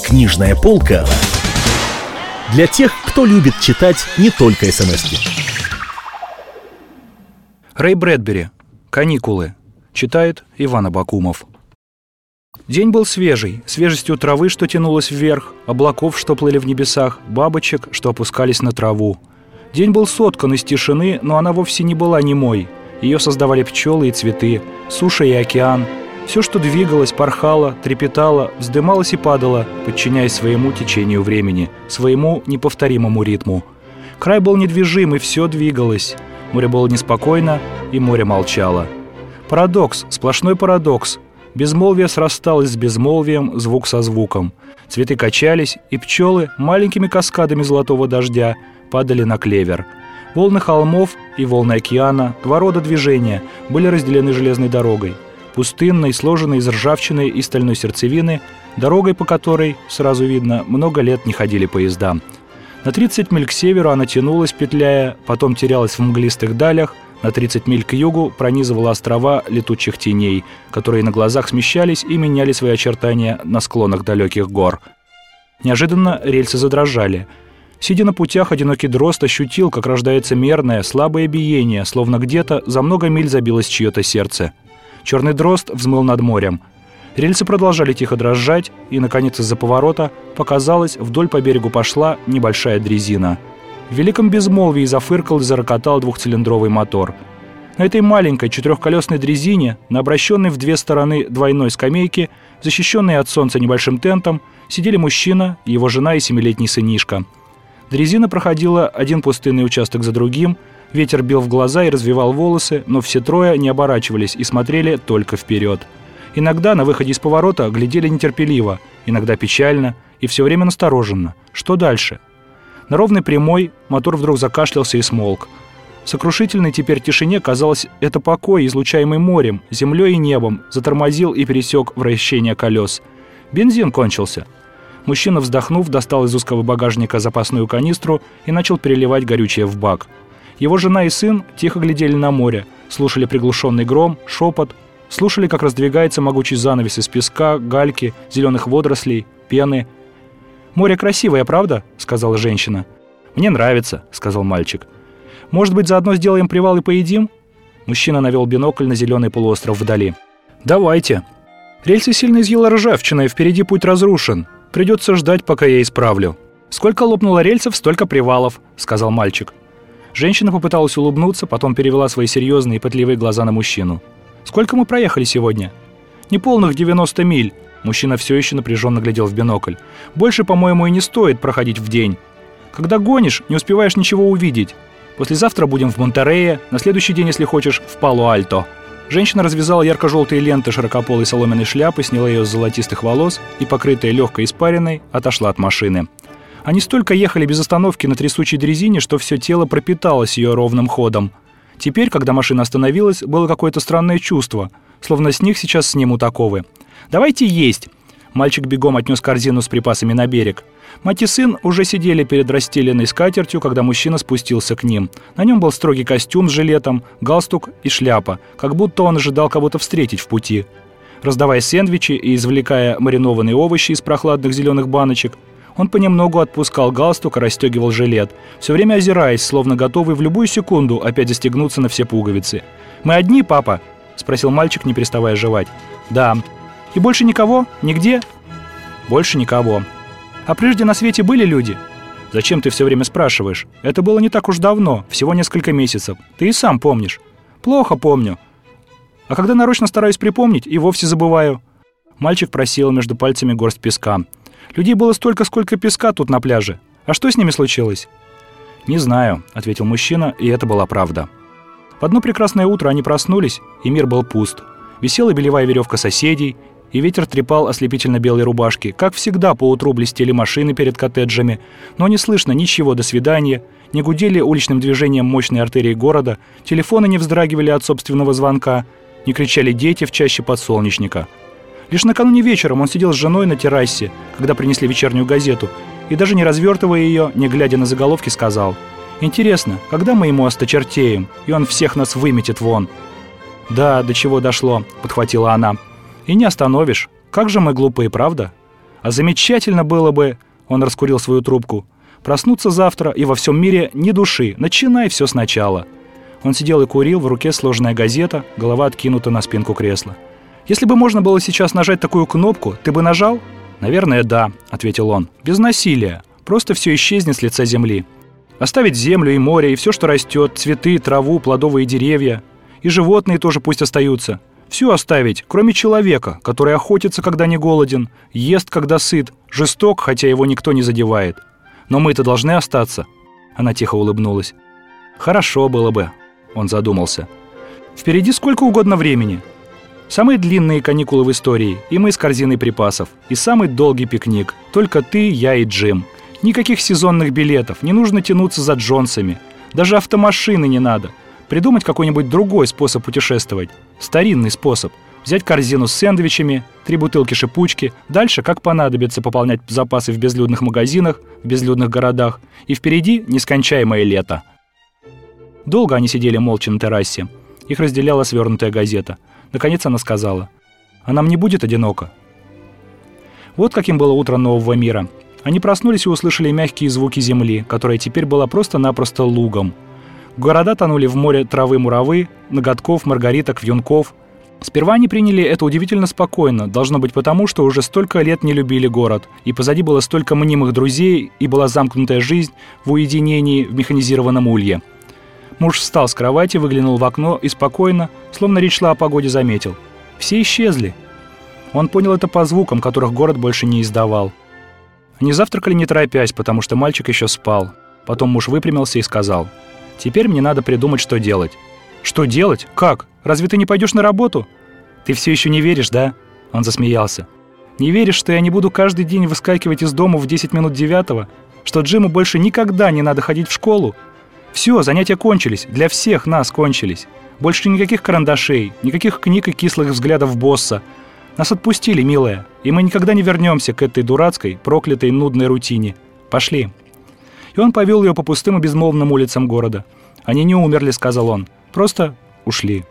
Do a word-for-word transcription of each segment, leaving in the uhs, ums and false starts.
Книжная полка для тех, кто любит читать не только эс-эм-эски. Рэй Брэдбери. «Каникулы». Читает Иван Абакумов. День был свежий, свежестью травы, что тянулась вверх, облаков, что плыли в небесах, бабочек, что опускались на траву. День был соткан из тишины, но она вовсе не была немой. Ее создавали пчелы и цветы, суша и океан. Все, что двигалось, порхало, трепетало, вздымалось и падало, подчиняясь своему течению времени, своему неповторимому ритму. Край был недвижим, и все двигалось. Море было неспокойно, и море молчало. Парадокс, сплошной парадокс. Безмолвие срасталось с безмолвием, звук со звуком. Цветы качались, и пчелы маленькими каскадами золотого дождя падали на клевер. Волны холмов и волны океана, два рода движения, были разделены железной дорогой. Пустынной, сложенной из ржавчины и стальной сердцевины, дорогой, по которой, сразу видно, много лет не ходили поезда. На тридцать миль к северу она тянулась, петляя, потом терялась в мглистых далях, на тридцать миль к югу пронизывала острова летучих теней, которые на глазах смещались и меняли свои очертания на склонах далеких гор. Неожиданно рельсы задрожали. Сидя на путях, одинокий дрозд ощутил, как рождается мерное, слабое биение, словно где-то за много миль забилось чье-то сердце. Черный дрозд взмыл над морем. Рельсы продолжали тихо дрожать, и, наконец, из-за поворота показалось, вдоль по берегу пошла небольшая дрезина. В великом безмолвии зафыркал и зарокотал двухцилиндровый мотор. На этой маленькой четырехколесной дрезине, на обращенной в две стороны двойной скамейке, защищенной от солнца небольшим тентом, сидели мужчина, его жена и семилетний сынишка. Дрезина проходила один пустынный участок за другим, ветер бил в глаза и развевал волосы, но все трое не оборачивались и смотрели только вперед. Иногда на выходе из поворота глядели нетерпеливо, иногда печально и все время настороженно. Что дальше? На ровной прямой мотор вдруг закашлялся и смолк. В сокрушительной теперь тишине, казалось, это покой, излучаемый морем, землей и небом, затормозил и пересек вращение колес. Бензин кончился. Мужчина, вздохнув, достал из узкого багажника запасную канистру и начал переливать горючее в бак. Его жена и сын тихо глядели на море, слушали приглушенный гром, шепот, слушали, как раздвигается могучий занавес из песка, гальки, зеленых водорослей, пены. «Море красивое, правда?» — сказала женщина. «Мне нравится», — сказал мальчик. «Может быть, заодно сделаем привал и поедим?» Мужчина навел бинокль на зеленый полуостров вдали. «Давайте». «Рельсы сильно изъела ржавчина, и впереди путь разрушен. Придется ждать, пока я исправлю». «Сколько лопнуло рельсов, столько привалов», — сказал мальчик. Женщина попыталась улыбнуться, потом перевела свои серьезные и пытливые глаза на мужчину. «Сколько мы проехали сегодня?» «Неполных девяносто миль». Мужчина все еще напряженно глядел в бинокль. «Больше, по-моему, и не стоит проходить в день. Когда гонишь, не успеваешь ничего увидеть. Послезавтра будем в Монтерее, на следующий день, если хочешь, в Пало-Альто». Женщина развязала ярко-желтые ленты широкополой соломенной шляпы, сняла ее с золотистых волос и, покрытая легкой испариной, отошла от машины. Они столько ехали без остановки на трясучей дрезине, что все тело пропиталось ее ровным ходом. Теперь, когда машина остановилась, было какое-то странное чувство, словно с них сейчас снимут оковы. «Давайте есть!» Мальчик бегом отнес корзину с припасами на берег. Мать и сын уже сидели перед расстеленной скатертью, когда мужчина спустился к ним. На нем был строгий костюм с жилетом, галстук и шляпа, как будто он ожидал кого-то встретить в пути. Раздавая сэндвичи и извлекая маринованные овощи из прохладных зеленых баночек, он понемногу отпускал галстук и расстегивал жилет, все время озираясь, словно готовый в любую секунду опять застегнуться на все пуговицы. «Мы одни, папа?» — спросил мальчик, не переставая жевать. «Да». «И больше никого? Нигде?» «Больше никого». «А прежде на свете были люди?» «Зачем ты все время спрашиваешь? Это было не так уж давно, всего несколько месяцев. Ты и сам помнишь». «Плохо помню. А когда нарочно стараюсь припомнить, и вовсе забываю». Мальчик просеял между пальцами горсть песка. «Людей было столько, сколько песка тут на пляже. А что с ними случилось?» «Не знаю», — ответил мужчина, и это была правда. В одно прекрасное утро они проснулись, и мир был пуст. Висела белевая веревка соседей, и ветер трепал ослепительно-белые рубашки. Как всегда, поутру блестели машины перед коттеджами, но не слышно ничего «до свидания», не гудели уличным движением мощные артерии города, телефоны не вздрагивали от собственного звонка, не кричали дети в чаще подсолнечника. Лишь накануне вечером он сидел с женой на террасе, когда принесли вечернюю газету, и даже не развертывая ее, не глядя на заголовки, сказал: «Интересно, когда мы ему осточертеем, и он всех нас выметит вон?» «Да, до чего дошло», — подхватила она. «И не остановишь. Как же мы глупые, правда?» А замечательно было бы, он раскурил свою трубку, проснуться завтра и во всем мире ни души, начинай все сначала. Он сидел и курил, в руке сложенная газета, голова откинута на спинку кресла. «Если бы можно было сейчас нажать такую кнопку, ты бы нажал?» «Наверное, да», — ответил он. «Без насилия. Просто все исчезнет с лица земли. Оставить землю и море, и все, что растет, цветы, траву, плодовые деревья. И животные тоже пусть остаются. Все оставить, кроме человека, который охотится, когда не голоден, ест, когда сыт, жесток, хотя его никто не задевает. Но мы-то должны остаться». Она тихо улыбнулась. «Хорошо было бы», — он задумался. «Впереди сколько угодно времени. Самые длинные каникулы в истории, и мы с корзиной припасов. И самый долгий пикник. Только ты, я и Джим. Никаких сезонных билетов, не нужно тянуться за Джонсами. Даже автомашины не надо. Придумать какой-нибудь другой способ путешествовать. Старинный способ. Взять корзину с сэндвичами, три бутылки шипучки, дальше, как понадобится, пополнять запасы в безлюдных магазинах, в безлюдных городах. И впереди нескончаемое лето». Долго они сидели молча на террасе. Их разделяла свернутая газета. Наконец она сказала: «А нам не будет одиноко?» Вот каким было утро нового мира. Они проснулись и услышали мягкие звуки земли, которая теперь была просто-напросто лугом. Города тонули в море травы муравы, ноготков, маргариток, вьюнков. Сперва они приняли это удивительно спокойно, должно быть потому, что уже столько лет не любили город, и позади было столько мнимых друзей, и была замкнутая жизнь в уединении в механизированном улье. Муж встал с кровати, выглянул в окно и спокойно, словно речь шла о погоде, заметил: все исчезли. Он понял это по звукам, которых город больше не издавал. Они завтракали не торопясь, потому что мальчик еще спал. Потом муж выпрямился и сказал: «Теперь мне надо придумать, что делать». «Что делать? Как? Разве ты не пойдешь на работу?» «Ты все еще не веришь, да?» Он засмеялся. «Не веришь, что я не буду каждый день выскакивать из дома в десять минут девятого? Что Джиму больше никогда не надо ходить в школу? Все, занятия кончились, для всех нас кончились. Больше никаких карандашей, никаких книг и кислых взглядов босса. Нас отпустили, милая, и мы никогда не вернемся к этой дурацкой, проклятой, нудной рутине. Пошли». И он повел ее по пустым и безмолвным улицам города. «Они не умерли», — сказал он, — «просто ушли».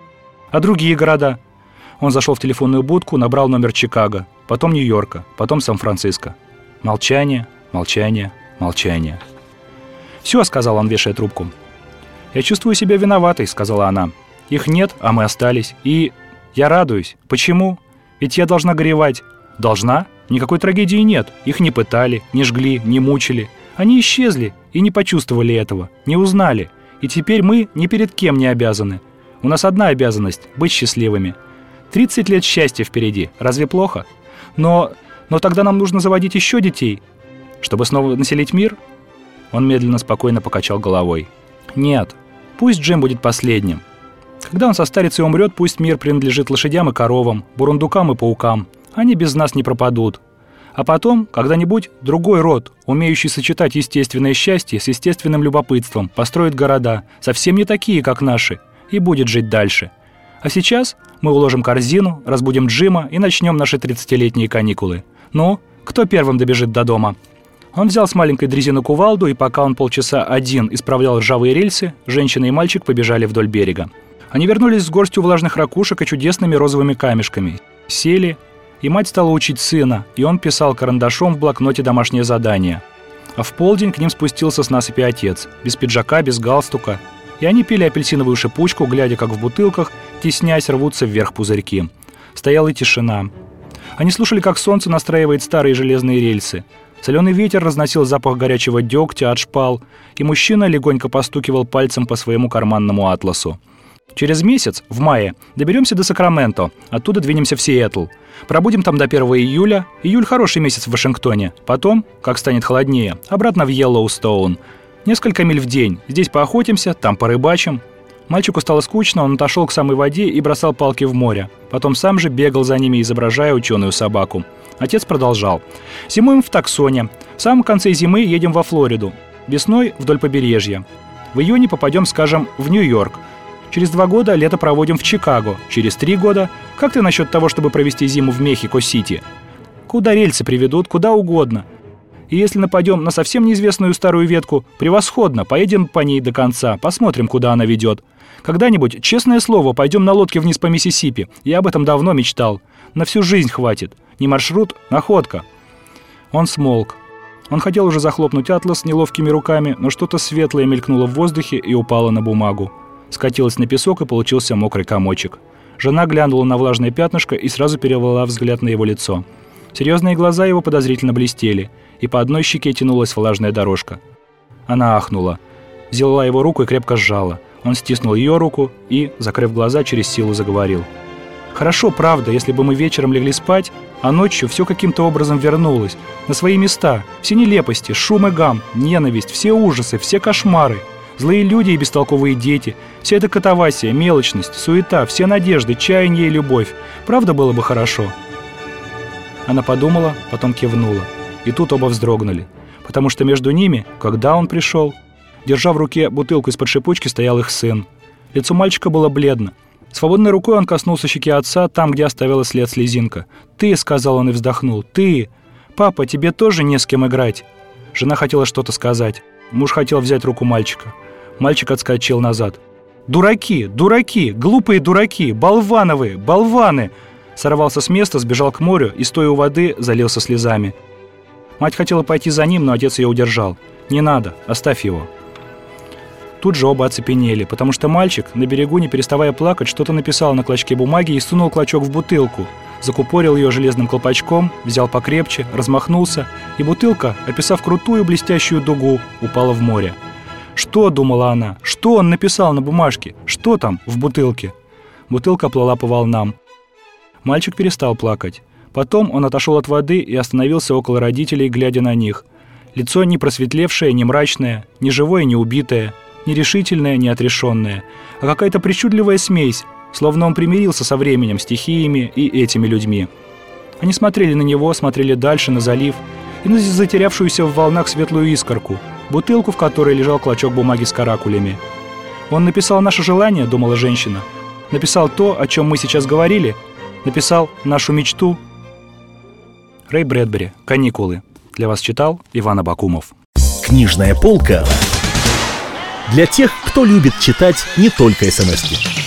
«А другие города?» Он зашел в телефонную будку, набрал номер Чикаго, потом Нью-Йорка, потом Сан-Франциско. Молчание, молчание, молчание. «Все», — сказал он, вешая трубку. «Я чувствую себя виноватой», — сказала она. «Их нет, а мы остались. И я радуюсь. Почему? Ведь я должна горевать». «Должна? Никакой трагедии нет. Их не пытали, не жгли, не мучили. Они исчезли и не почувствовали этого, не узнали. И теперь мы ни перед кем не обязаны. У нас одна обязанность — быть счастливыми. тридцать лет счастья впереди. Разве плохо? Но, но тогда нам нужно заводить еще детей, чтобы снова населить мир». Он медленно, спокойно покачал головой. «Нет, пусть Джим будет последним. Когда он состарится и умрет, пусть мир принадлежит лошадям и коровам, бурундукам и паукам. Они без нас не пропадут. А потом, когда-нибудь, другой род, умеющий сочетать естественное счастье с естественным любопытством, построит города, совсем не такие, как наши, и будет жить дальше. А сейчас мы уложим корзину, разбудим Джима и начнем наши тридцатилетние каникулы. Ну, кто первым добежит до дома?» Он взял с маленькой дрезину кувалду, и пока он полчаса один исправлял ржавые рельсы, женщина и мальчик побежали вдоль берега. Они вернулись с горстью влажных ракушек и чудесными розовыми камешками. Сели, и мать стала учить сына, и он писал карандашом в блокноте домашнее задание. А в полдень к ним спустился с насыпи отец, без пиджака, без галстука. И они пили апельсиновую шипучку, глядя, как в бутылках, теснясь, рвутся вверх пузырьки. Стояла тишина. Они слушали, как солнце настраивает старые железные рельсы. Соленый ветер разносил запах горячего дегтя от шпал, и мужчина легонько постукивал пальцем по своему карманному атласу. «Через месяц, в мае, доберемся до Сакраменто, оттуда двинемся в Сиэтл. Пробудем там до первого июля. Июль – хороший месяц в Вашингтоне. Потом, как станет холоднее, обратно в Йеллоустоун. Несколько миль в день. Здесь поохотимся, там порыбачим». Мальчику стало скучно, он отошел к самой воде и бросал палки в море. Потом сам же бегал за ними, изображая ученую собаку. Отец продолжал. «Зимуем в Таксоне. В самом конце зимы едем во Флориду. Весной вдоль побережья. В июне попадем, скажем, в Нью-Йорк. Через два года лето проводим в Чикаго. Через три года... Как ты насчет того, чтобы провести зиму в Мехико-Сити? Куда рельсы приведут, куда угодно. И если нападем на совсем неизвестную старую ветку, превосходно, поедем по ней до конца, посмотрим, куда она ведет. Когда-нибудь, честное слово, пойдем на лодке вниз по Миссисипи. Я об этом давно мечтал. На всю жизнь хватит. Не маршрут, находка. Он смолк. Он хотел уже захлопнуть атлас неловкими руками, но что-то светлое мелькнуло в воздухе и упало на бумагу. Скатилось на песок, и получился мокрый комочек. Жена глянула на влажное пятнышко и сразу перевела взгляд на его лицо. Серьезные глаза его подозрительно блестели, и по одной щеке тянулась влажная дорожка. Она ахнула, взяла его руку и крепко сжала. Он стиснул ее руку и, закрыв глаза, через силу заговорил. «Хорошо, правда, если бы мы вечером легли спать, а ночью все каким-то образом вернулось, на свои места, все нелепости, шум и гам, ненависть, все ужасы, все кошмары, злые люди и бестолковые дети, вся эта катавасия, мелочность, суета, все надежды, чаяние и любовь. Правда, было бы хорошо?» Она подумала, потом кивнула. И тут оба вздрогнули, потому что между ними, когда он пришел, держа в руке бутылку из-под шипучки, стоял их сын. Лицо мальчика было бледно. Свободной рукой он коснулся щеки отца, там, где оставила след слезинка. «Ты», — сказал он и вздохнул, — «ты! Папа, тебе тоже не с кем играть!» Жена хотела что-то сказать. Муж хотел взять руку мальчика. Мальчик отскочил назад. «Дураки! Дураки! Глупые дураки! Болвановые! Болваны!» Сорвался с места, сбежал к морю и, стоя у воды, залился слезами. Мать хотела пойти за ним, но отец ее удержал. «Не надо, оставь его». Тут же оба оцепенели, потому что мальчик, на берегу, не переставая плакать, что-то написал на клочке бумаги и сунул клочок в бутылку, закупорил ее железным колпачком, взял покрепче, размахнулся, и бутылка, описав крутую блестящую дугу, упала в море. «Что?» — думала она. «Что он написал на бумажке? Что там в бутылке?» Бутылка плыла по волнам. Мальчик перестал плакать. Потом он отошел от воды и остановился около родителей, глядя на них. Лицо не просветлевшее, не мрачное, не живое, не убитое, не решительное, не отрешенное, а какая-то причудливая смесь, словно он примирился со временем, стихиями и этими людьми. Они смотрели на него, смотрели дальше, на залив, и на затерявшуюся в волнах светлую искорку, бутылку, в которой лежал клочок бумаги с каракулями. «Он написал наше желание», — думала женщина. «Написал то, о чем мы сейчас говорили. Написал нашу мечту». Рэй Брэдбери. «Каникулы». Для вас читал Иван Абакумов. Книжная полка для тех, кто любит читать не только эс эм эски.